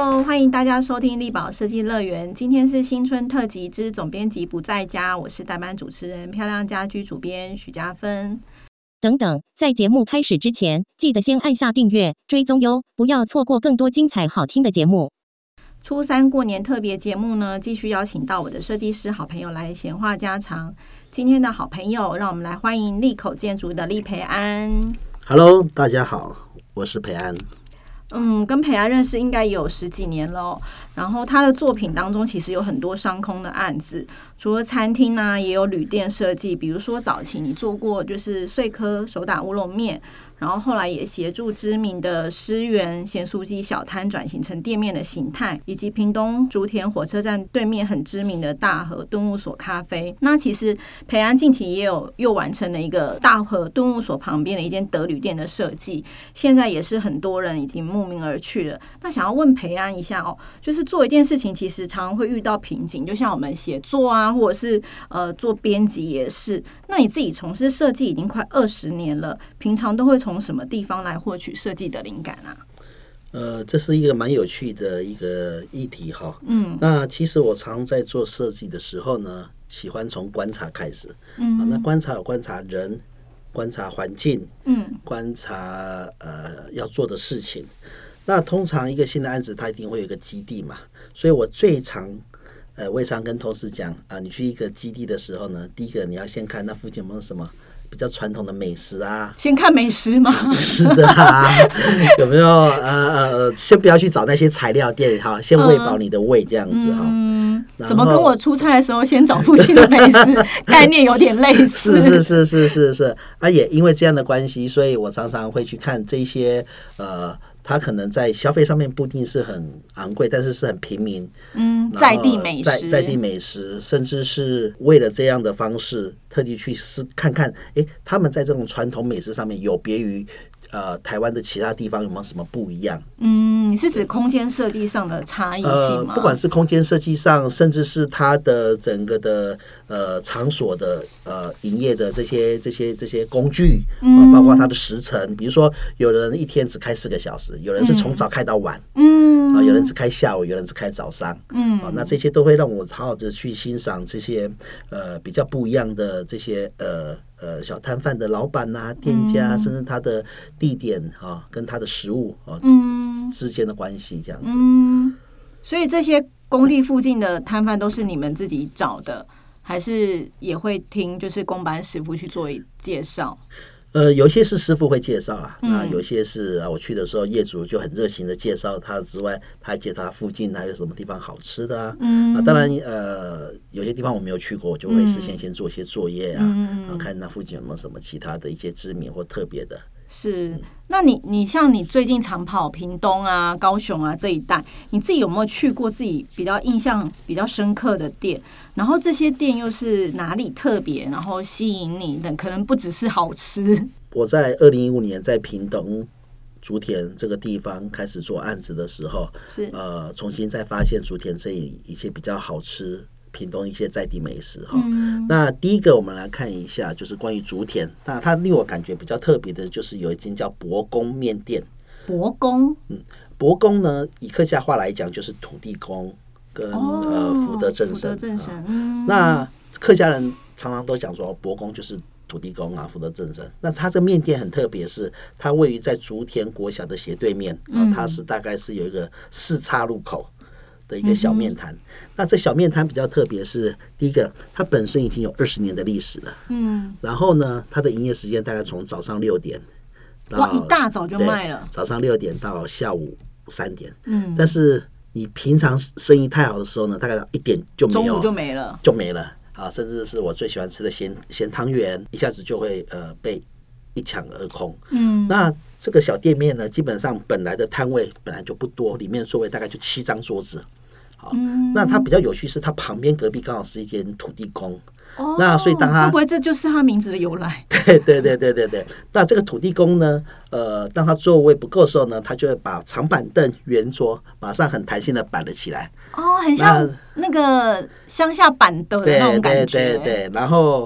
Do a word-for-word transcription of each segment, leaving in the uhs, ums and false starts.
Hello， 欢迎大家收听力宝设计乐园。今天是新春特辑之总编辑不在家，我是代班主持人漂亮家居主编许家芬。 等等，在节目开始之前，记得先按下订阅、追踪哟，不要错过更多精彩好听的节目。 初三过年特别节目呢，继续邀请到我的设计师好朋友来闲话家常。今天的好朋友，让我们来欢迎利口建筑的利培安。 Hello， 大家好，我是培安。 嗯，跟培安认识应该也有十几年了、哦。然后他的作品当中其实有很多商空的案子，除了餐厅呢、啊，也有旅店设计。比如说早期你做过就是穗科手打乌龙面，然后后来也协助知名的诗园咸酥鸡小摊转型成店面的形态，以及屏东竹田火车站对面很知名的大和顿悟所咖啡。那其实培安近期也有又完成了一个大和顿悟所旁边的一间德旅店的设计，现在也是很多人已经慕名而去了。那想要问培安一下哦，就是做一件事情其实常常会遇到瓶颈，就像我们写作啊，或者是呃做编辑也是。那你自己从事设计已经快二十年了，平常都会从什么地方来获取设计的灵感啊？ 呃，这是一个蛮有趣的一个议题哈。嗯，那其实我常在做设计的时候呢，喜欢从观察开始。嗯、啊，那观察有观察人，观察环境，嗯，观察呃要做的事情。那通常一个新的案子，它一定会有一个基地嘛，所以我最常呃，我也常跟同事讲啊，你去一个基地的时候呢，第一个你要先看那附近有没有什么比较传统的美食啊， 先看美食吗？ 吃的啊，有没有呃呃，先不要去找那些材料店哈，先喂饱你的胃这样子哈。 嗯，怎么跟我出差的时候先找附近的美食概念有点类似？ 是是是是是是啊，也因为这样的关系，所以我常常会去看这些呃。它可能在消费上面不一定是很昂贵，但是是很平民， 嗯，在地美食， 在在地美食，甚至是为了这样的方式，特地去试看看，哎，他们在这种传统美食上面有别于呃台湾的其他地方有没有什么不一样？ 嗯，你是指空间设计上的差异性吗？ 呃，不管是空间设计上，甚至是它的整个的呃场所的呃营业的这些这些这些工具，嗯、呃，包括它的时程，比如说有人一天只开四个小时。有人是从早开到晚，嗯，啊，有人只开下午，有人只开早上，嗯，啊，那这些都会让我好好的去欣赏这些呃比较不一样的这些呃呃小摊贩的老板呐、啊、店家，嗯、甚至他的地点啊跟他的食物啊、嗯、之间的关系这样子。 嗯，所以这些工地附近的摊贩都是你们自己找的，还是也会听就是工班师傅去做介绍？ 呃，有些是师傅会介绍啊，那有些是啊，我去的时候业主就很热情的介绍他之外，他还介绍他附近还有什么地方好吃的啊。嗯、啊，当然呃，有些地方我没有去过，我就会事先先做一些作业啊，嗯、啊，看那附近有没有什么其他的一些知名或特别的。 是，那你你像你最近常跑屏东啊、高雄啊这一带，你自己有没有去过自己比较印象比较深刻的店？然后这些店又是哪里特别，然后吸引你的？可能不只是好吃。 我在二零一五年在屏东竹田这个地方开始做案子的时候，是呃重新再发现竹田这里一些比较好吃。屏东一些在地美食哈，嗯、那第一个我们来看一下，就是关于竹田。那它令我感觉比较特别的，就是有一间叫伯公面店。 伯公， 嗯，伯公呢，以客家话来讲就是土地公跟、哦、呃福德正神。福德正神，嗯、那客家人常常都讲说伯公就是土地公啊，福德正神。那它这面店很特别，是它位于在竹田国小的斜对面，嗯、它是大概是有一个四岔路口的一个小面摊，嗯、那这小面摊比较特别是，第一个，它本身已经有二十年的历史了，嗯，然后呢，它的营业时间大概从早上六点到， 哇，一大早就卖了， 早上六点到下午三点，嗯，但是你平常生意太好的时候呢，大概一点就没有， 中午就没了， 就没了啊，甚至是我最喜欢吃的咸咸汤圆，一下子就会呃被一抢而空，嗯，那这个小店面呢，基本上本来的摊位本来就不多，里面的座位大概就七张桌子。好，嗯、那它比较有趣是，它旁边隔壁刚好是一间土地公，哦、那所以当他会不会这就是他名字的由来？ 对对对对对对。那这个土地公呢，呃，当他座位不够的时候呢，他就会把长板凳、圆桌马上很弹性的摆了起来。 哦，很像那个乡下板的那种感觉。 对对对对。然后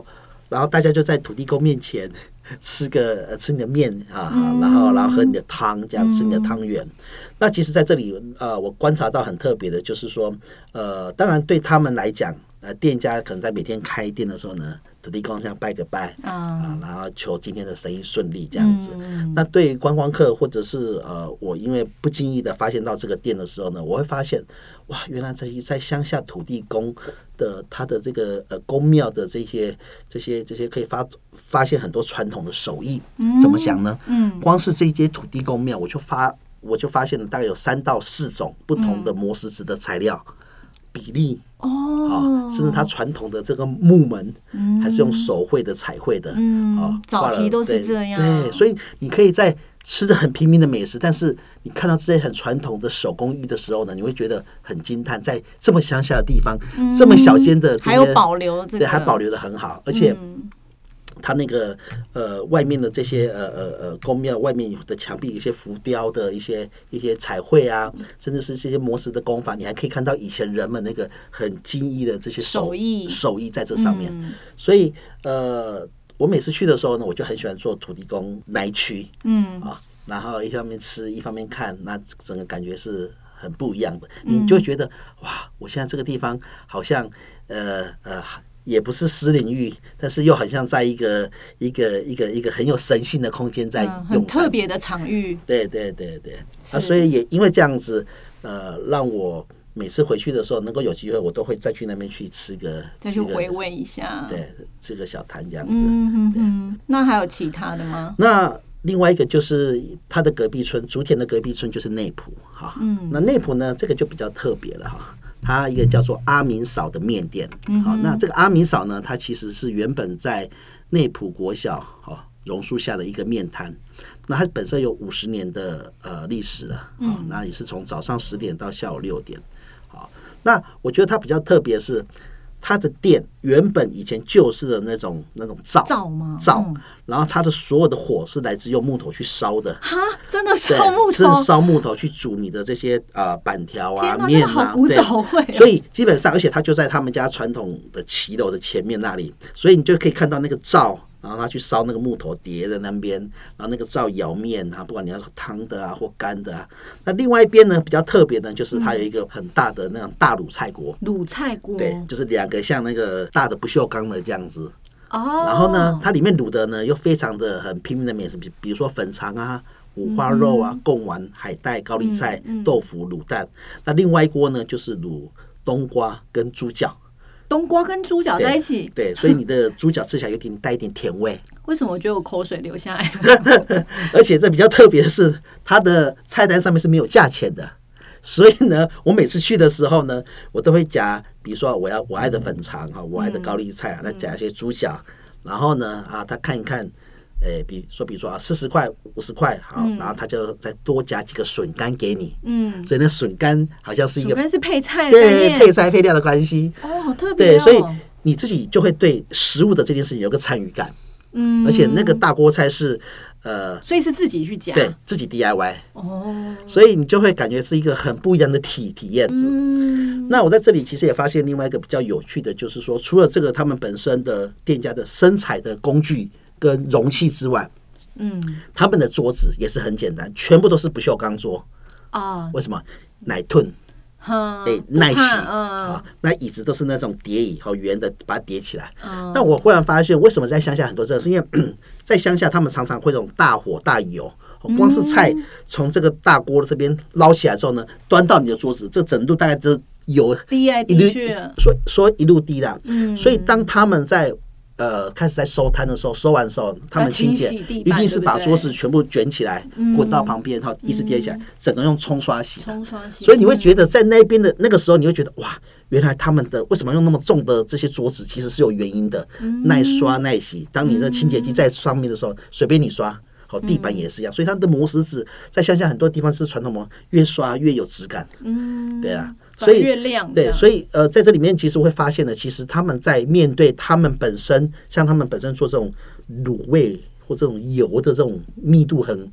然后大家就在土地公面前吃个、呃、吃你的面啊，嗯、然后然后喝你的汤，这样吃你的汤圆。嗯、那其实在这里呃，我观察到很特别的，就是说呃，当然对他们来讲，呃，店家可能在每天开店的时候呢，土地公像拜个拜、嗯、啊，然后求今天的生意顺利这样子。嗯、那对于观光客或者是呃，我因为不经意的发现到这个店的时候呢，我会发现哇，原来在在乡下土地公的他的这个呃宫庙的这些这些这些可以发发现很多传统的手艺。嗯、怎么想呢？嗯，光是这一些土地公庙，我就发我就发现了大概有三到四种不同的磨石子的材料、嗯、比例。哦，甚至它传统的这个木门、嗯、还是用手绘的彩绘的， 嗯，哦、早期都是这样。 对，对，所以你可以在吃着很平民的美食，但是你看到这些很传统的手工艺的时候呢，你会觉得很惊叹，在这么乡下的地方，嗯、这么小间的这些， 还有保留这个， 对，还保留的很好，而且。嗯它那个呃外面的这些呃呃呃宫庙外面的墙壁有些浮雕的一些一些彩绘啊，甚至是这些磨石的功法，你还可以看到以前人们那个很精益的这些手手艺手艺在这上面。嗯、所以呃，我每次去的时候呢，我就很喜欢做土地公那一区，嗯啊，然后一方面吃一方面看，那整个感觉是很不一样的。你就会觉得、嗯、哇，我现在这个地方好像呃呃。也不是私领域，但是又很像在一个一个一个一个很有神性的空间在用、嗯、 很特别的场域。 对对对对，啊，所以也因为这样子，呃，让我每次回去的时候，能够有机会，我都会再去那边去吃个， 再去回味一下， 对，吃个小摊这样子。 嗯哼哼，那还有其他的吗？ 那另外一个就是他的隔壁村，竹田的隔壁村就是内埔哈。嗯，那内埔呢，这个就比较特别了哈。它一个叫做阿明嫂的面店，嗯、好，那这个阿明嫂呢，它其实是原本在内埔国小好榕树下的一个面摊，那它本身有五十年的呃历史了，好、嗯，那也是从早上十点到下午六点，好，那我觉得它比较特别的是。它的店原本以前旧式的那种那种灶灶吗？ 灶，嗯、然后它的所有的火是来自用木头去烧的。 哈，真的烧木头？ 是烧木头去煮你的这些啊、呃、板条啊、面啊， 对， 所以基本上，而且它就在他们家传统的骑楼的前面那里，所以你就可以看到那个灶。然后他去烧那个木头叠在那边，然后那个灶舀面啊，不管你要汤的啊或干的啊。那另外一边呢，比较特别的，就是它有一个很大的那种大卤菜锅。 卤菜锅， 对，就是两个像那个大的不锈钢的这样子。哦。然后呢，它里面卤的呢又非常的很平民的美食，比比如说粉肠啊、五花肉啊、嗯、贡丸、海带、高丽菜、嗯嗯、豆腐、卤蛋。那另外一锅呢，就是卤冬瓜跟猪脚。 冬瓜跟猪脚在一起， 对，对，所以你的猪脚吃起来有点带一点甜味。 为什么我觉得我口水流下来？ 而且这比较特别的是，它的菜单上面是没有价钱的，所以呢，我每次去的时候呢，我都会夹，比如说我要我爱的粉肠哈，我爱的高丽菜啊，再夹一些猪脚，然后呢啊，他看一看。诶，比如说，比如说啊，四十块、五十块，好，嗯、然后他就再多加几个笋干给你，嗯，所以那笋干好像是一个， 笋干是配菜的， 对，配菜配料的关系， 哦，好特别、哦， 对，所以你自己就会对食物的这件事情有个参与感，嗯，而且那个大锅菜是，呃， 所以是自己去夹， 对，自己 D I Y， 哦，所以你就会感觉是一个很不一样的体体验子。嗯，那我在这里其实也发现另外一个比较有趣的，就是说，除了这个他们本身的店家的生产的工具。跟容器之外，嗯，他们的桌子也是很简单，全部都是不锈钢桌啊。为什么？奶盾，哎，耐洗啊。那椅子都是那种叠椅，好圆的，把它叠起来。嗯、那我忽然发现，为什么在乡下很多这个？是因为在乡下他们常常会这种大火大油，光是菜从这个大锅这边捞起来之后呢，端到你的桌子，这整度大概就油滴来滴去， 说说一路滴啦。嗯，所以当他们在呃，开始在收摊的时候，收完的时候，他们清洁一定是把桌子全部卷起来，滚到旁边，然后一直叠起来，整个用冲刷洗。 冲刷洗。 所以你会觉得在那边的那个时候，你会觉得哇，原来他们的为什么用那么重的这些桌子，其实是有原因的，耐刷耐洗。当你的清洁剂在上面的时候，随便你刷。好，地板也是一样，所以它的磨石子在乡下很多地方是传统磨，越刷越有质感。嗯，对啊，所以越亮。 对，所以呃，在这里面其实会发现呢，其实他们在面对他们本身，像他们本身做这种卤味或这种油的这种密度很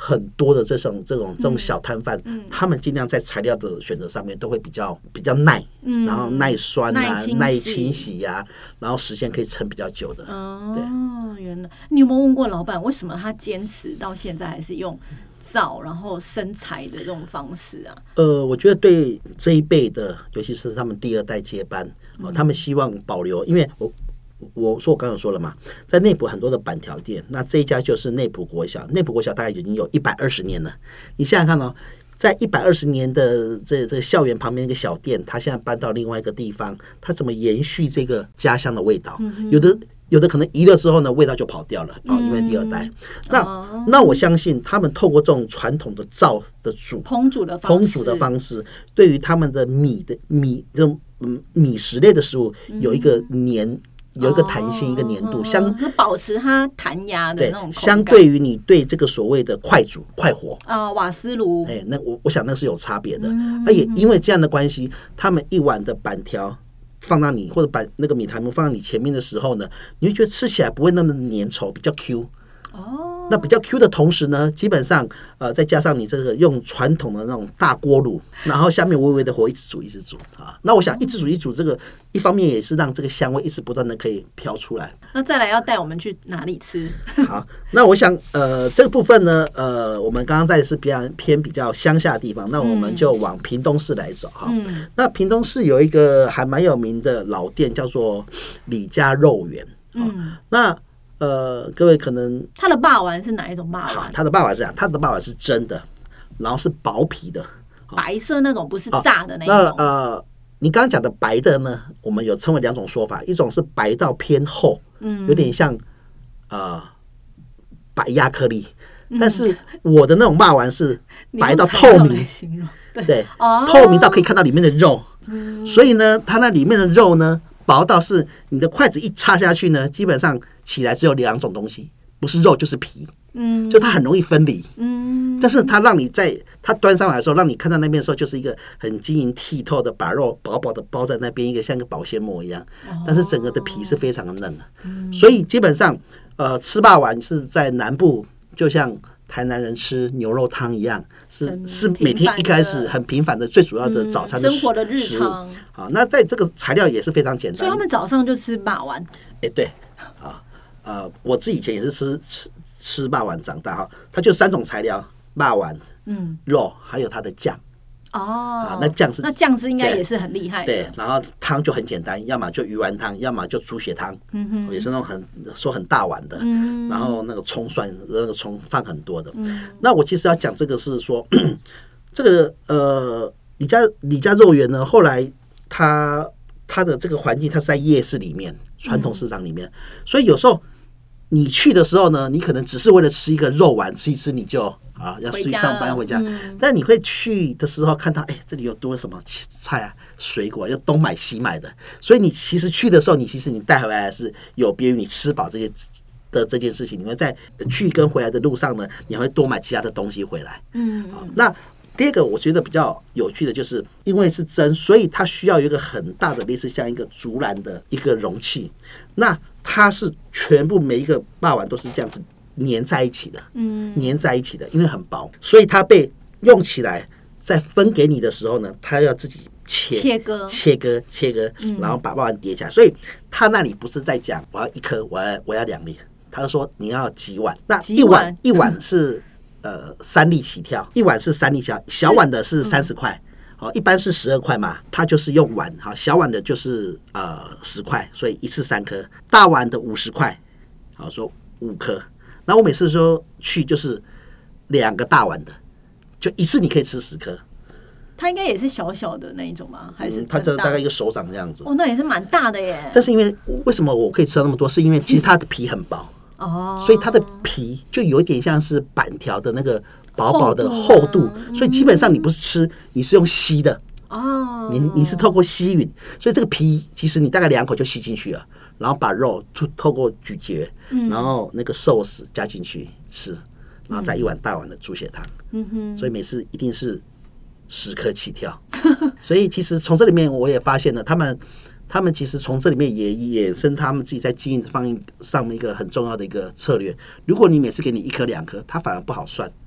很多的这种这种这种小摊贩，嗯、他们尽量在材料的选择上面都会比较比较耐，嗯、然后耐酸啊、耐清洗呀、啊，然后时间可以撑比较久的。 哦，对，原来你有没有问过老板，为什么他坚持到现在还是用造然后生财的这种方式啊？ 呃，我觉得对这一辈的，尤其是他们第二代接班，哦、他们希望保留，因为我。我说我刚刚说了嘛，在内埔很多的板条店，那这一家就是内埔国小，内埔国小大概已经有一百二十年了。你想想看哦，在一百二十年的这这个校园旁边一个小店，他现在搬到另外一个地方，他怎么延续这个家乡的味道？嗯、有的有的可能移了之后呢，味道就跑掉了啊、哦，因为第二代。嗯、那、哦、那我相信他们透过这种传统的灶的煮烹煮的方式， 烹煮的方式，对于他们的米的米这种米食类的食物有一个黏。嗯有一个弹性，哦、一个粘度，相保持它弹牙的那种口感。 相对于你对这个所谓的快煮、快火啊、呃，瓦斯炉， 哎，那我我想那是有差别的。嗯、而也因为这样的关系，他们一碗的板条放到你或者把那个米苔目放到你前面的时候呢，你会觉得吃起来不会那么粘稠，比较 Q。哦，那比较 Q 的同时呢，基本上呃再加上你这个用传统的那种大锅炉，然后下面微微的火一直煮一直煮啊。那我想一直煮一直煮这个，一方面也是让这个香味一直不断的可以飘出来。 那再来要带我们去哪里吃？ 好，那我想呃这个部分呢，呃我们刚刚在是比较偏比较乡下的地方，那我们就往屏东市来走哈。嗯、那屏东市有一个还蛮有名的老店，叫做李家肉圆。嗯，那呃，各位可能它的霸丸是哪一种霸丸？ 好，它的霸丸是这样，它的霸丸是真的，然后是薄皮的， 白色那种，不是炸的那一种。 那呃，你刚刚讲的白的呢，我们有称为两种说法，一种是白到偏厚，嗯，有点像呃白亚克力，嗯、但是我的那种霸丸是白到透明， 对， 对哦、透明到可以看到里面的肉，嗯、所以呢，它那里面的肉呢。薄到是你的筷子一插下去呢，基本上起来只有两种东西，不是肉就是皮，嗯，就它很容易分离，嗯，但是它让你在它端上来的时候，让你看到那边的时候，就是一个很晶莹剔透的，把肉薄薄的包在那边，一个像个保鲜膜一样，但是整个的皮是非常的嫩的，嗯、所以基本上呃吃霸丸是在南部，就像台南人吃牛肉汤一样，是是每天一开始很平凡的最主要的早餐的、 嗯、生活的日常。 好，那在这个材料也是非常简单， 所以他们早上就吃霸丸。 哎，对，啊呃，我自己以前也是吃吃吃霸丸长大哈，它就三种材料：霸丸、嗯，肉，还有它的酱。哦、啊，那酱是那酱汁应该也是很厉害的。 对，然后汤就很简单，要么就鱼丸汤，要么就猪血汤，嗯哼，也是那种很说很大碗的，嗯，然后那个葱蒜那个葱放很多的。嗯，那我其实要讲这个是说，这个呃李家李家肉圆呢，后来它它的这个环境，它是在夜市里面，传统市场里面，嗯、所以有时候你去的时候呢，你可能只是为了吃一个肉丸，吃一吃你就。啊，要去上班回家，嗯、但你会去的时候看到，哎，这里有多什么菜啊、水果，要东买西买的，所以你其实去的时候，你其实你带回来的是有别于你吃饱这些的这件事情，你会在去跟回来的路上呢，你还会多买其他的东西回来。嗯，好，那第二个我觉得比较有趣的就是，因为是蒸，所以它需要有一个很大的类似像一个竹篮的一个容器，那它是全部每一个霸丸都是这样子。粘在一起的，嗯，粘在一起的，因为很薄，所以它被用起来，在分给你的时候呢，它要自己切切割、 切割、切割，然后把霸丸叠起来。所以他那里不是在讲我要一颗，我要我要两粒，他说你要几碗？那一碗一碗是呃三粒起跳，一碗是三粒起跳，小碗的是三十块。好，一般是十二块嘛，它就是用碗，好，小碗的就是呃十块，所以一次三颗，大碗的五十块，好说五颗。那我每次说去就是两个大碗的，就一次你可以吃十颗。 它应该也是小小的那一种吗？还是、嗯、 它就大概一个手掌这样子。 哦，那也是蛮大的耶。 但是因为为什么我可以吃到那么多？是因为其实它的皮很薄哦，所以它的皮就有一点像是板条的那个薄薄的厚度，所以基本上你不是吃，你是用吸的哦，你你是透过吸吮，所以这个皮其实你大概两口就吸进去了。然后把肉透过咀嚼，嗯、然后那个寿司加进去吃，然后再一碗大碗的猪血汤，嗯哼，所以每次一定是十颗起跳。所以其实从这里面我也发现了，他们他们其实从这里面也衍生他们自己在经营方面上面一个很重要的一个策略。如果你每次给你一颗两颗，它反而不好算。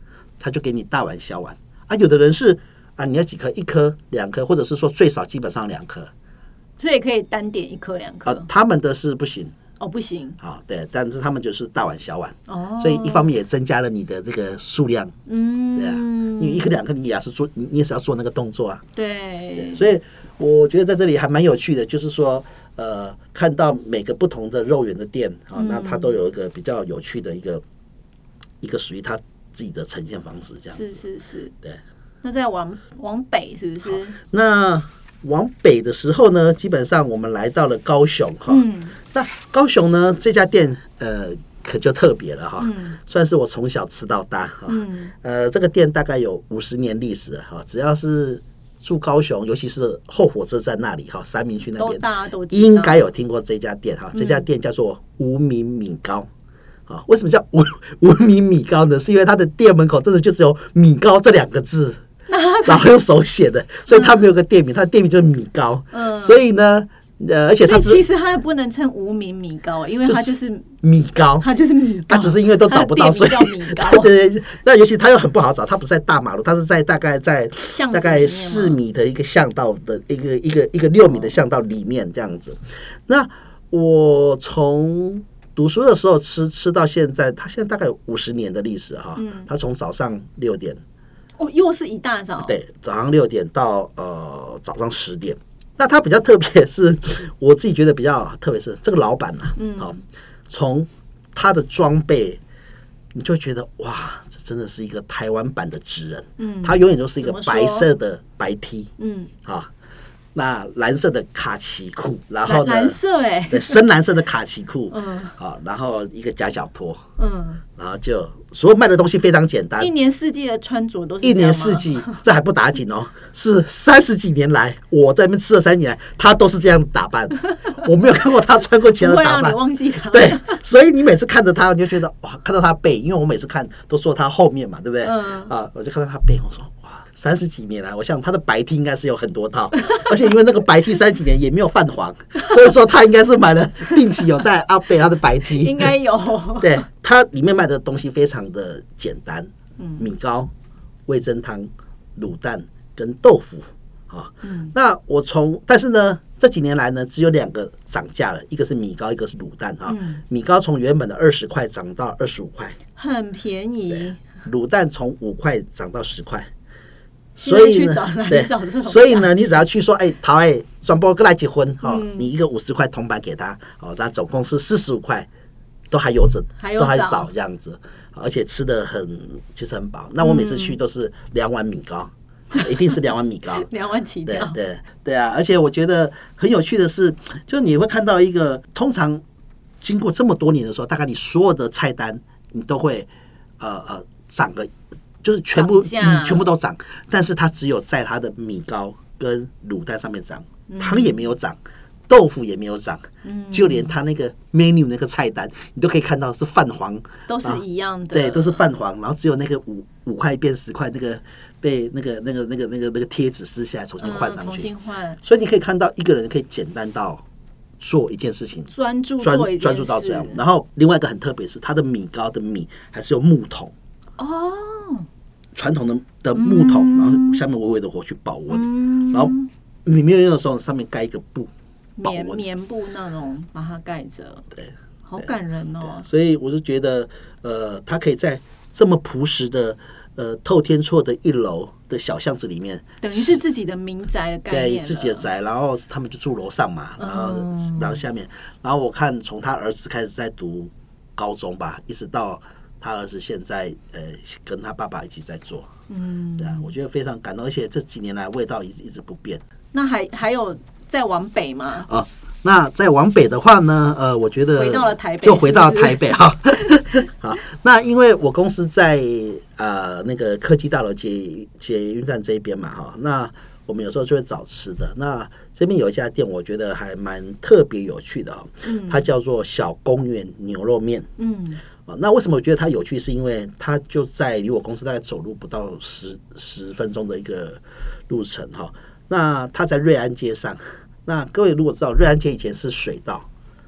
他就给你大碗小碗啊。有的人是啊，你要几颗，一颗两颗，或者是说最少基本上两颗， 所以可以单点一颗两颗啊。他们的是不行。 哦，不行， 好，对，但是他们就是大碗小碗， 哦， 所以一方面也增加了你的这个数量， 嗯， 对啊，因为一颗两颗你也是做，你也是要做那个动作啊， 对， 对，所以我觉得在这里还蛮有趣的，就是说，呃，看到每个不同的肉圆的店啊，那它都有一个比较有趣的一个一个属于它自己的呈现方式，这样子， 是是是， 对。 那再往往北是不是？ 那往北的时候呢，基本上我们来到了高雄哈。 嗯， 那高雄呢，这家店呃可就特别了哈， 嗯， 算是我从小吃到大哈。 嗯， 呃，这个店大概有五十年历史了哈，只要是住高雄，尤其是后火车站那里哈，三民区那边， 都大家都知道应该有听过这家店哈。这家店叫做无名米糕。啊，为什么叫无无名米糕呢？是因为它的店门口真的就只有米糕这两个字。然后用手写的，所以它没有个店名，它的店名就是米糕。嗯，所以呢，呃，而且它其实它也不能称无名米糕，因为它就是米糕， 它就是米糕， 它只是因为都找不到，所以叫米糕。 对对，那尤其它又很不好找，它不是在大马路，它是在大概在大概四米的一个巷道的一个一个一个六米的巷道里面这样子。那我从读书的时候吃吃到现在，它现在大概有五十年的历史哈。嗯，它从早上六点。 哦，又是一大早， 对，早上六点到呃早上十点。那它比较特别是，我自己觉得比较特别是这个老板啊，嗯，好，从他的装备，你就觉得哇，这真的是一个台湾版的职人，嗯，他永远都是一个白色的白 T， 嗯，啊。那蓝色的卡其裤，然后呢， 蓝色哎、欸， 对，深蓝色的卡其裤，嗯，好，然后一个夹脚拖，嗯，然后就所有卖的东西非常简单， 一年四季的穿着都是一年四季，这还不打紧哦，是三十几年来我在那边吃了三年来，他都是这样打扮，我没有看过他穿过其他的打扮， 不会让你忘记他， 对，所以你每次看着他，你就觉得哇，看到他背，因为我每次看都说他后面嘛，对不对？嗯，啊，我就看到他背，我说。三十几年来，我想他的白 T 应该是有很多套，而且因为那个白 T 三十几年也没有泛黄，所以说他应该是买了定期有在 update 他的白 T， 应该有。 对，它里面卖的东西非常的简单，米糕、味噌汤、卤蛋跟豆腐啊。嗯、那我从但是呢，这几年来呢，只有两个涨价了，一个是米糕，一个是卤蛋啊。嗯、米糕从原本的二十块涨到二十五块， 很便宜。 卤蛋从五块涨到十块。所以呢，对，所以呢，你只要去说，哎，陶哎，转播过来结婚，哦，嗯、你一个五十块铜板给他，哦，他总共是四十五块，都还有着，都还早这样子，而且吃的很，其实很饱。那我每次去都是两碗米糕，嗯、一定是两碗米糕， 两碗起跳， 对对对啊！而且我觉得很有趣的是，就是你会看到一个，通常经过这么多年的时候，大概你所有的菜单你都会，呃呃，涨个。就是全部米全部都涨，但是它只有在它的米糕跟卤蛋上面涨，汤也没有涨，豆腐也没有涨，嗯、就连它那个 menu 那个菜单，你都可以看到是泛黄， 都是一样的， 对，都是泛黄，然后只有那个五五块变十块那个被那个那个那个那个那个贴纸撕下来重新换上去，嗯、 重新换， 所以你可以看到一个人可以简单到做一件事情， 专注专专注到这样。然后另外一个很特别是它的米糕的米还是用木桶哦。传统的的木桶，然后下面微微的火去保温，嗯、然后你没有用的时候，上面盖一个布保温， 棉棉布那种把它盖着， 对， 好感人哦。 所以我就觉得，呃，他可以在这么朴实的呃透天厝的一楼的小巷子里面， 等于是自己的民宅的概念， 对，自己的宅，然后他们就住楼上嘛，然后、嗯、然后下面，然后我看从他儿子开始在读高中吧，一直到。他儿子现在呃跟他爸爸一起在做，嗯，对啊，我觉得非常感动，而且这几年来味道一直一直不变。 那还还有再往北吗？ 啊，那再往北的话呢，呃，我觉得回到了台北， 就回到台北哈。好，那因为我公司在呃那个科技大楼捷捷运站这一边嘛，哈，那我们有时候就会找吃的。那这边有一家店，我觉得还蛮特别有趣的哦，嗯，它叫做小公园牛肉面，嗯。那为什么我觉得它有趣？是因为它就在离我公司大概走路不到十十分钟的一个路程哈。那它在瑞安街上。那各位如果知道瑞安街以前是水道，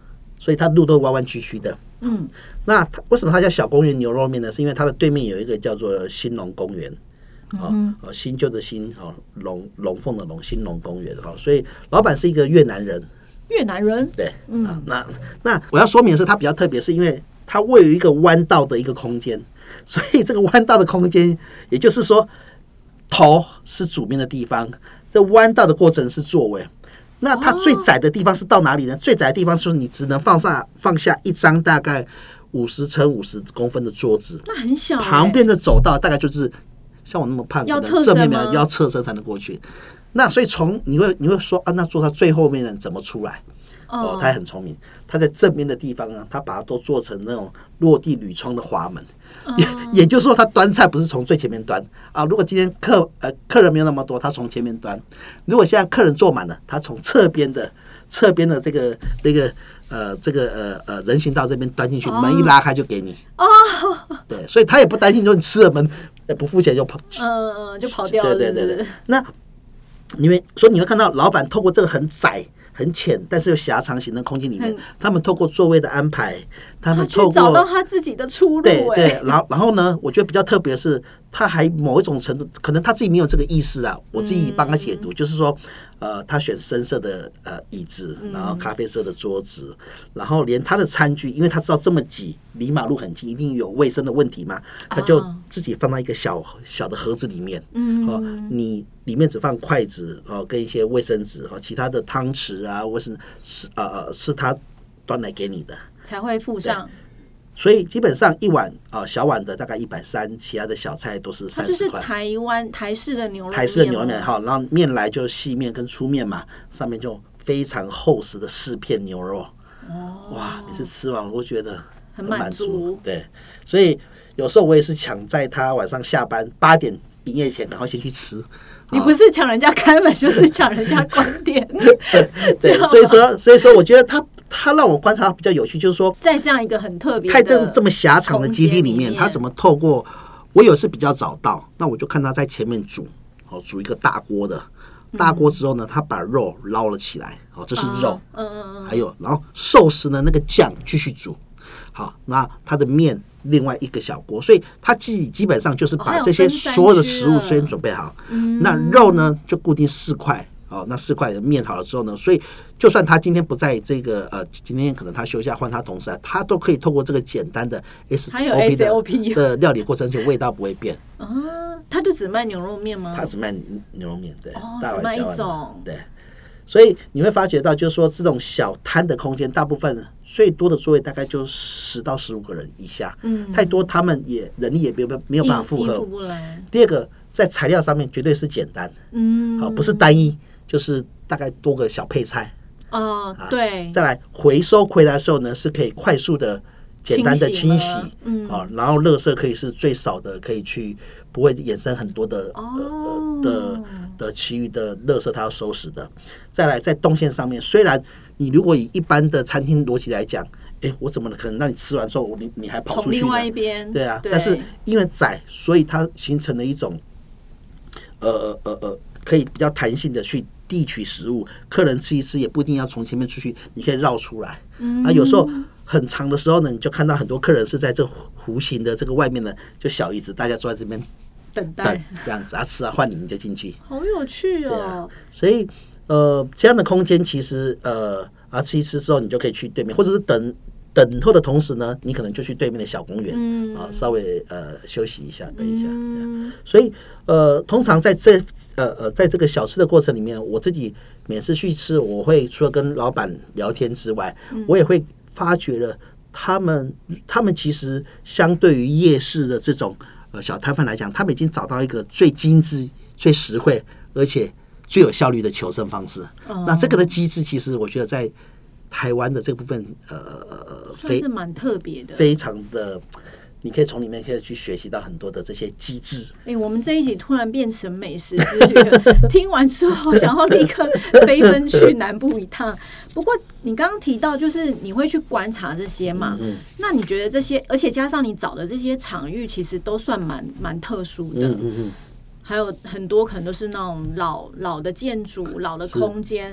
所以它路都弯弯曲曲的。 嗯， 那它为什么它叫小公园牛肉面呢？是因为它的对面有一个叫做兴隆公园。哦，哦，新旧的新，哦，龙龙凤的龙，兴隆公园，哦，所以老板是一个越南人。 越南人， 对，嗯，啊、那那我要说明的是，它比较特别，是因为它位于一个弯道的一个空间，所以这个弯道的空间，也就是说，头是主面的地方，这弯道的过程是座位。那它最窄的地方是到哪里呢？哦、最窄的地方是你只能放下放下一张大概五十乘五十公分的桌子， 那很小、欸。 旁边的走道大概就是像我那么胖， 要侧身吗？ 正面面要侧身才能过去。那所以从你会你会说啊，那坐到最后面的人怎么出来？哦，他很聪明，他在正面的地方呢，他把它都做成那种落地铝窗的滑门，哦、也也就是说，他端菜不是从最前面端啊。如果今天客呃客人没有那么多，他从前面端；如果现在客人坐满了，他从侧边的侧边的这个这个呃这个呃呃人行道这边端进去，哦、门一拉开就给你。哦，对，所以他也不担心，说你吃了门不付钱就跑， 嗯嗯，就跑掉了。 对对对对，那。你会所以你会看到老板透过这个很窄很浅但是又狭长型的空间里面，他们透过座位的安排，他们透过找到他自己的出路。 对对，然后然后呢，我觉得比较特别的是，他还某一种程度，可能他自己没有这个意识啊，我自己帮他解读，嗯、就是说，呃，他选深色的呃椅子，然后咖啡色的桌子，嗯、然后连他的餐具，因为他知道这么挤，离马路很近，一定有卫生的问题嘛，他就自己放到一个小小的盒子里面，嗯，哦，你里面只放筷子哦，跟一些卫生纸哦，其他的汤匙啊，卫生是呃呃是他端来给你的， 才会附上。 所以基本上一碗啊、呃、小碗的大概一百三，其他的小菜都是三十块。 它就是台湾台式的牛肉面， 台式的牛肉面哈，然后面来就细面跟粗面嘛，上面就非常厚实的四片牛肉。哦，哇！每次吃完我觉得很满足。对，所以有时候我也是抢在他晚上下班八点营业前，赶快先去吃。 你不是抢人家开门，就是抢人家关店。 对，所以说，所以说，我觉得他他让我观察比较有趣，就是说， 在这样一个很特别、 太这这么狭长的基地里面，他怎么透过我有次比较早到，那我就看他在前面煮，哦，煮一个大锅的，大锅之后呢，他把肉捞了起来，哦，这是肉，嗯嗯嗯，还有，然后寿司的那个酱继续煮，好，那他的面。另外一个小锅，所以他自己基本上就是把这些所有的食物先准备好。嗯、那肉呢就固定四块哦，那四块的面好了之后呢，所以就算他今天不在这个呃，今天可能他休假换他同事，他都可以透过这个简单的 S O P 的的料理过程，而且味道不会变。啊， 他就只卖牛肉面吗？ 他只卖牛肉面，对， 哦、 大碗小碗一种， 对。所以你会发觉到，就是说这种小摊的空间，大部分最多的座位大概就十到十五个人以下，嗯，太多他们也人力也没有没有办法负荷。第二个，在材料上面绝对是简单，嗯，好，不是单一，就是大概多个小配菜。 哦，对。 再来回收回来的时候呢，是可以快速的。简单的清洗，嗯，啊，然后垃圾可以是最少的，可以去不会衍生很多的、哦、呃的的其余的垃圾，它要收拾的。再来，在动线上面，虽然你如果以一般的餐厅逻辑来讲，哎，我怎么可能让你吃完之后，你你还跑出去呢？ 从另外一边， 对啊，对，但是因为窄，所以它形成了一种呃呃呃呃，可以比较弹性的去递取食物，客人吃一吃也不一定要从前面出去，你可以绕出来。嗯，啊，有时候。很长的时候呢，你就看到很多客人是在这弧形的这个外面呢，就小椅子，大家坐在这边等待， 这样子啊，吃啊换你，你就进去， 好有趣哦。 啊、所以呃，这样的空间其实呃啊吃一吃之后，你就可以去对面，或者是等等候的同时呢，你可能就去对面的小公园，嗯、啊，稍微呃休息一下，等一下。嗯、所以呃，通常在这呃呃在这个小吃的过程里面，我自己每次去吃，我会除了跟老板聊天之外，嗯、我也会。发觉了他们，他们其实相对于夜市的这种呃小摊贩来讲，他们已经找到一个最精致、最实惠，而且最有效率的求生方式。哦、那这个的机制，其实我觉得在台湾的这部分，呃， 算是蛮特别的， 非常的。你可以从里面可以去学习到很多的这些机制。 哎、欸，我们这一集突然变成美食之旅，听完之后想要立刻飞奔去南部一趟。不过你刚刚提到，就是你会去观察这些嘛？嗯嗯，那你觉得这些，而且加上你找的这些场域，其实都算蛮蛮特殊的。嗯嗯嗯，还有很多可能都是那种老老的建筑、老的空间。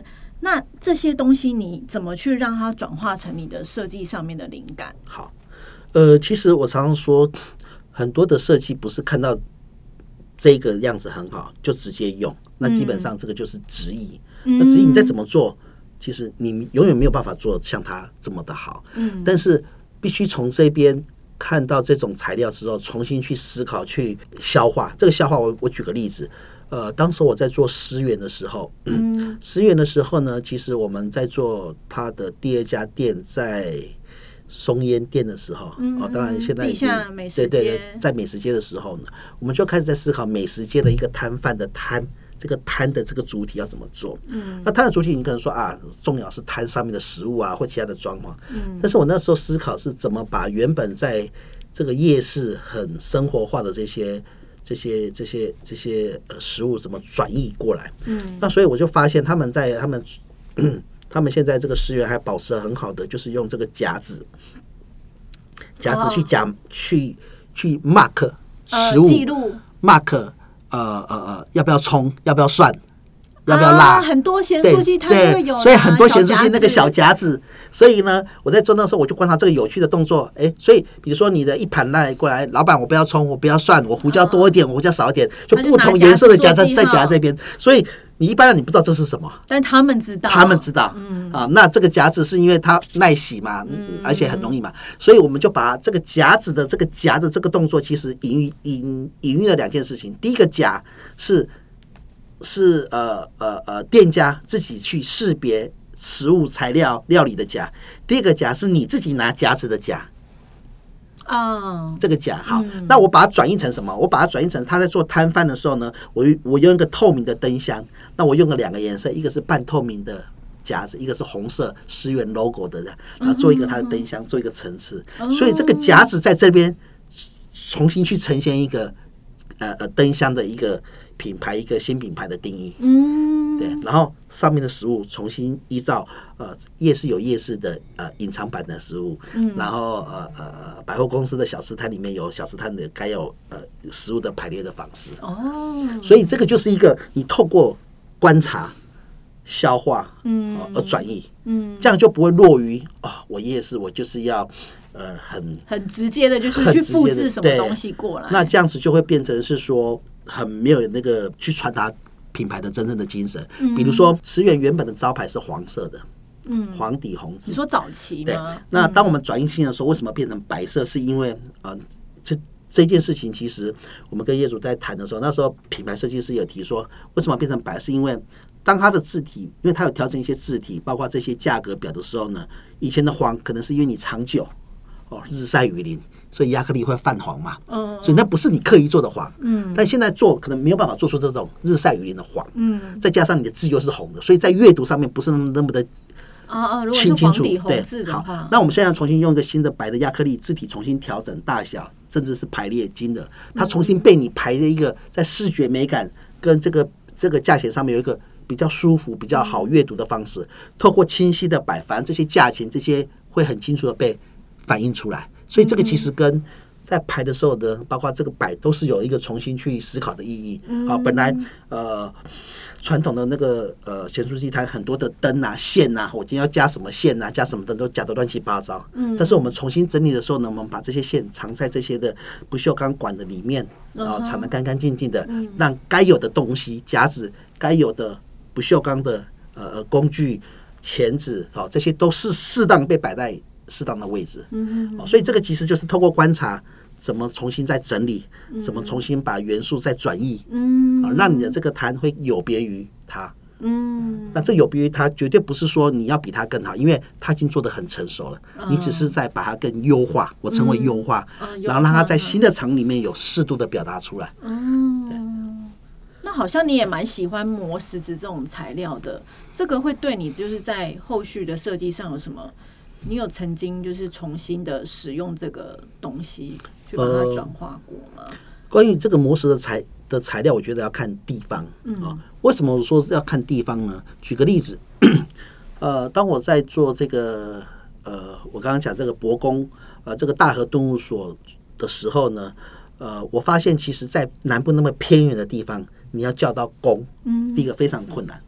那这些东西你怎么去让它转化成你的设计上面的灵感？ 好，呃，其实我常常说，很多的设计不是看到这个样子很好就直接用，那基本上这个就是直译。嗯、那直译你再怎么做，其实你永远没有办法做像它这么的好。嗯，但是必须从这边看到这种材料之后，重新去思考、去消化。这个消化我，我我举个例子。呃，当时我在做思源的时候，嗯，思源的时候呢，其实我们在做它的第二家店在松烟店的时候，嗯、哦，当然现在已经地下美食街， 对对对，在美食街的时候呢，我们就开始在思考美食街的一个摊贩的摊，这个摊的这个主体要怎么做。嗯，那摊的主体你可能说啊，重要是摊上面的食物啊，或其他的装潢。嗯，但是我那时候思考是怎么把原本在这个夜市很生活化的这些。这些这些这些呃食物怎么转译过来？嗯，那所以我就发现他们在他们他们现在这个思源还保持得很好的，就是用这个夹子夹子去夹、哦、去去 mark 食物、呃、 记录 mark 呃呃呃要不要葱要不要蒜要不要辣、 啊、很多咸酥鸡它都会有、啊， 所以很多咸酥鸡那个小夹子，所以呢，我在做那时候我就观察这个有趣的动作，哎，所以比如说你的一盘来过来，老板我不要葱，我不要蒜，我胡椒多一点，我胡椒少一点，就不同颜色的夹在再夹在这边，所以你一般人你不知道这是什么， 但他们知道， 他们知道，嗯啊，那这个夹子是因为它耐洗嘛，嗯、而且很容易嘛，所以我们就把这个夹子的这个夹的这个动作，其实隐喻隐隐喻了两件事情，第一个夹是。是呃呃呃，店家自己去识别食物材料料理的夹。第二个夹是你自己拿夹子的夹。 哦， 这个夹好、嗯，那我把它转译成什么？我把它转译成他在做摊贩的时候呢，我我用一个透明的灯箱，那我用了两个颜色，一个是半透明的夹子，一个是红色思源 logo 的，然后做一个它的灯箱，做一个层次。嗯、所以这个夹子在这边重新去呈现一个呃呃灯箱的一个。品牌一个新品牌的定义，嗯，对，然后上面的食物重新依照呃夜市有夜市的呃隐藏版的食物，嗯，然后呃呃百货公司的小吃摊里面有小吃摊的该有呃食物的排列的方式，哦，所以这个就是一个你透过观察、消化，嗯、呃，而转译，嗯，这样就不会落于啊、哦，我夜市我就是要呃很很直接的，就是去复制什么东西过来， 那这样子就会变成是说。很没有那个去传达品牌的真正的精神，嗯、比如说思源原本的招牌是黄色的，嗯，黄底红字。 你说早期吗？ 对。那当我们转译性的时候，为什么变成白色？是因为呃，这这件事情其实我们跟业主在谈的时候，那时候品牌设计师有提说，为什么变成白？是因为当它的字体，因为它有调整一些字体，包括这些价格表的时候呢，以前的黄可能是因为你长久哦日晒雨淋。所以亚克力会泛黄嘛，嗯，所以那不是你刻意做的黄，嗯，但现在做可能没有办法做出这种日晒雨淋的黄，嗯，再加上你的字又是红的，所以在阅读上面不是那么那么的清清楚，对，好，那我们现在重新用一个新的白的亚克力字体重新调整大小，甚至是排列金的，它重新被你排的一个在视觉美感跟这个这个价钱上面有一个比较舒服、比较好阅读的方式，透过清晰的摆，反正这些价钱这些会很清楚的被反映出来。所以这个其实跟在排的时候的，包括这个摆都是有一个重新去思考的意义。好，本来呃传统的那个呃咸酥鸡摊很多的灯啊线啊，我今天要加什么线啊，加什么灯都加得乱七八糟。嗯，但是我们重新整理的时候呢，我们把这些线藏在这些的不锈钢管的里面，啊，藏得干干净净的，让该有的东西夹子、该有的不锈钢的呃工具、钳子，好，这些都是适当被摆在。适当的位置，嗯，所以这个其实就是透过观察，怎么重新再整理，嗯、怎么重新把元素再转移，嗯，啊，让你的这个摊会有别于它，嗯，那这有别于它，绝对不是说你要比它更好，因为它已经做得很成熟了，嗯、你只是在把它更优化，我称为优化，嗯、然后让它在新的场里面有适度的表达出来，嗯，对。 那好像你也蛮喜欢磨石子这种材料的，这个会对你就是在后续的设计上有什么？你有曾经就是重新的使用这个东西去把它转化过吗？呃、 关于这个磨石的材的材料，我觉得要看地方。嗯、哦，为什么我说要看地方呢？举个例子，呃，当我在做这个呃，我刚刚讲这个博公呃，这个大和动物所的时候呢，呃，我发现其实在南部那么偏远的地方，你要叫到公，嗯，第一个非常困难。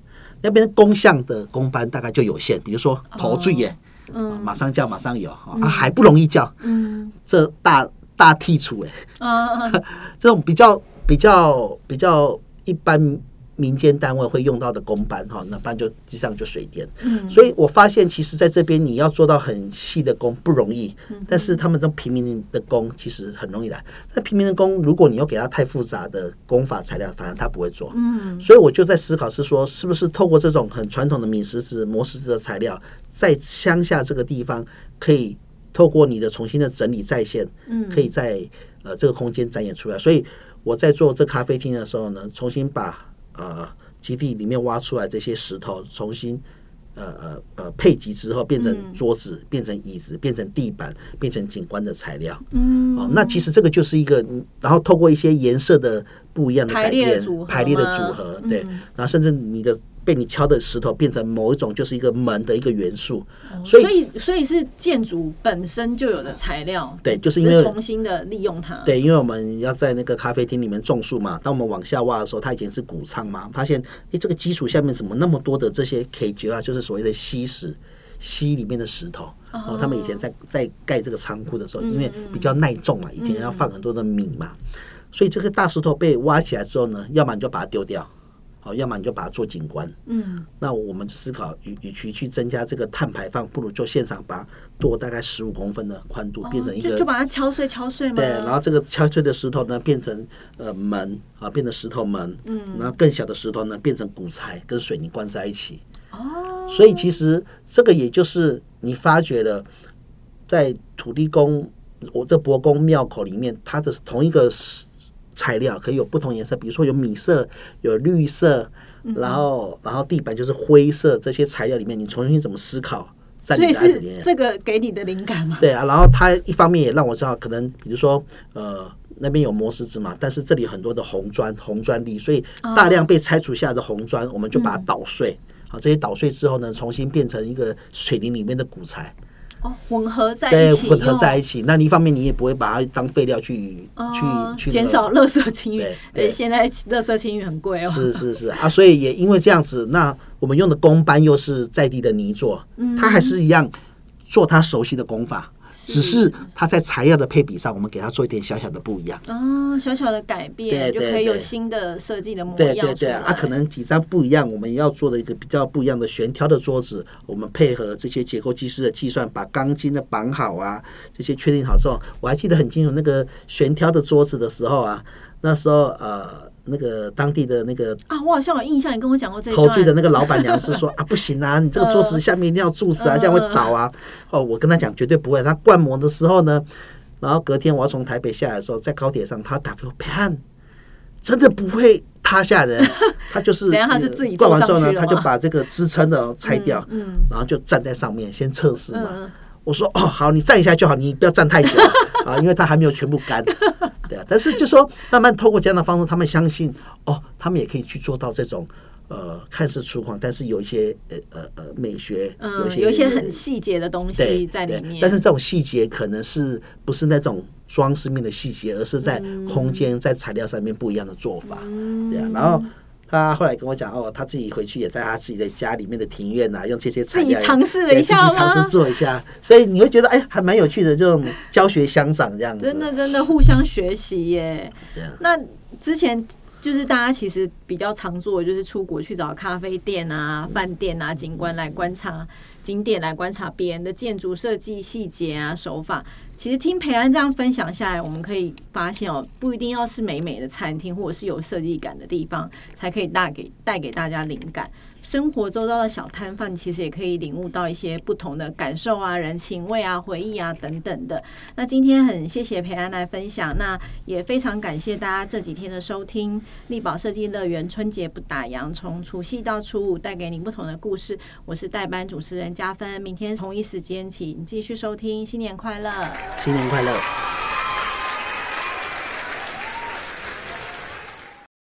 那边工项的工班大概就有限，比如说头坠耶， 嗯啊马上叫马上有，啊还不容易叫， 嗯， 这大大剔除哎， 啊， 这种比较比较比较一般民间单位会用到的工班哈，那班就机上就水电， 嗯， 所以我发现其实在这边你要做到很细的工不容易，但是他们这种平民的工其实很容易来。那平民的工，如果你要给他太复杂的工法材料，反正他不会做。 嗯， 所以我就在思考是说，是不是透过这种很传统的米石子、磨石子的材料，在乡下这个地方可以透过你的重新的整理再现， 嗯， 可以在呃这个空间展演出来。所以我在做这咖啡厅的时候呢，重新把呃基地里面挖出来这些石头，重新呃呃呃配集之后，变成桌子、嗯、变成椅子、变成地板、变成景观的材料。 嗯， 哦，那其实这个就是一个，然后透过一些颜色的不一样的改变，排列的组合，对，嗯、然后甚至你的。被你敲的石头变成某一种就是一个门的一个元素， 哦、所以所以所以是建筑本身就有的材料， 对，就是因为重新的利用它。 对，因为我们要在那个咖啡厅里面种树嘛，当我们往下挖的时候，它以前是谷仓嘛，发现哎，这个基础下面怎么那么多的这些 K 九啊，就是所谓的稀石。溪里面的石头，哦，哦他们以前在在盖这个仓库的时候，因为比较耐重嘛，以前要放很多的米嘛，嗯、所以这个大石头被挖起来之后呢，要么你就把它丢掉。好，要么你就把它做景观。嗯，那我们思考，与与其去增加这个碳排放，不如就现场把它剁大概十五公分的宽度，变成一个， 哦、就, 就把它敲碎敲碎吗？ 对，然后这个敲碎的石头呢，变成呃门啊，变成石头门。嗯，然后更小的石头呢，变成骨材跟水泥关在一起。哦，所以其实这个也就是你发觉了，在土地公，我这伯公庙口里面，它的同一个材料可以有不同颜色，比如说有米色、有绿色，然后然后地板就是灰色，这些材料里面你重新怎么思考？ 所以是这个给你的灵感吗？ 对啊，然后它一方面也让我知道，可能比如说呃那边有磨石子嘛，但是这里有很多的红砖、红砖粒，所以大量被拆除下来的红砖，我们就把它捣碎。好，这些捣碎之后呢，重新变成一个水泥里面的骨材。 哦，混合在一起， 对，混合在一起。那一方面你也不会把它当废料去、哦、去去减少垃圾清运。 对， 对，现在垃圾清运很贵哦。 是是是啊，所以也因为这样子，那我们用的工班又是在地的泥作，嗯、它还是一样做它熟悉的工法。只是它在材料的配比上，我们给它做一点小小的不一样哦，小小的改变，就可以有新的设计的模样出来。 对对对，啊，可能几张不一样，我们要做的一个比较不一样的悬挑的桌子，我们配合这些结构技师的计算，把钢筋的绑好啊，这些确定好之后，我还记得很清楚，那个悬挑的桌子的时候啊，那时候呃。那个当地的那个啊，我好像有印象，你跟我讲过这一段。 投醉的那个老板娘是说啊，不行啊，你这个桌子下面一定要注死啊，呃、这样会倒啊。哦，我跟他讲绝对不会。他灌模的时候呢，然后隔天我要从台北下来的时候，在高铁上，他打给我，培汉真的不会塌下来。他就是怎样？他是自己灌完之后呢，他就把这个支撑的拆掉，嗯嗯、然后就站在上面先测试嘛。嗯、我说哦，好，你站一下就好，你不要站太久啊，因为它还没有全部干。对啊，但是就说慢慢透过这样的方式，他们相信哦，他们也可以去做到这种呃看似粗犷，但是有一些呃呃呃美学， 嗯，有一些有一些很细节的东西在里面。 但是这种细节可能是不是那种装饰面的细节，而是在空间、嗯、在材料上面不一样的做法。嗯、对啊，然后。他后来跟我讲哦，他自己回去也在他自己的家里面的庭院啊，用这些材料自己尝试了一下吗？ 自己尝试做一下，所以你会觉得哎，还蛮有趣的，这种教学相长这样子。 真的真的互相学习耶。啊、那之前就是大家其实比较常做的就是出国去找咖啡店啊、饭店啊、景观来观察景点，来观察别人的建筑设计细节啊、手法。其实听培安这样分享下来，我们可以发现哦，不一定要是美美的餐厅或者是有设计感的地方，才可以带给带给大家灵感。生活周遭的小摊贩，其实也可以领悟到一些不同的感受啊、人情味啊、回忆啊等等的。那今天很谢谢培安来分享，那也非常感谢大家这几天的收听。力宝设计乐园春节不打烊，从除夕到初五，带给你不同的故事。我是代班主持人嘉芬，明天同一时间请继续收听，新年快乐！ 新年快乐！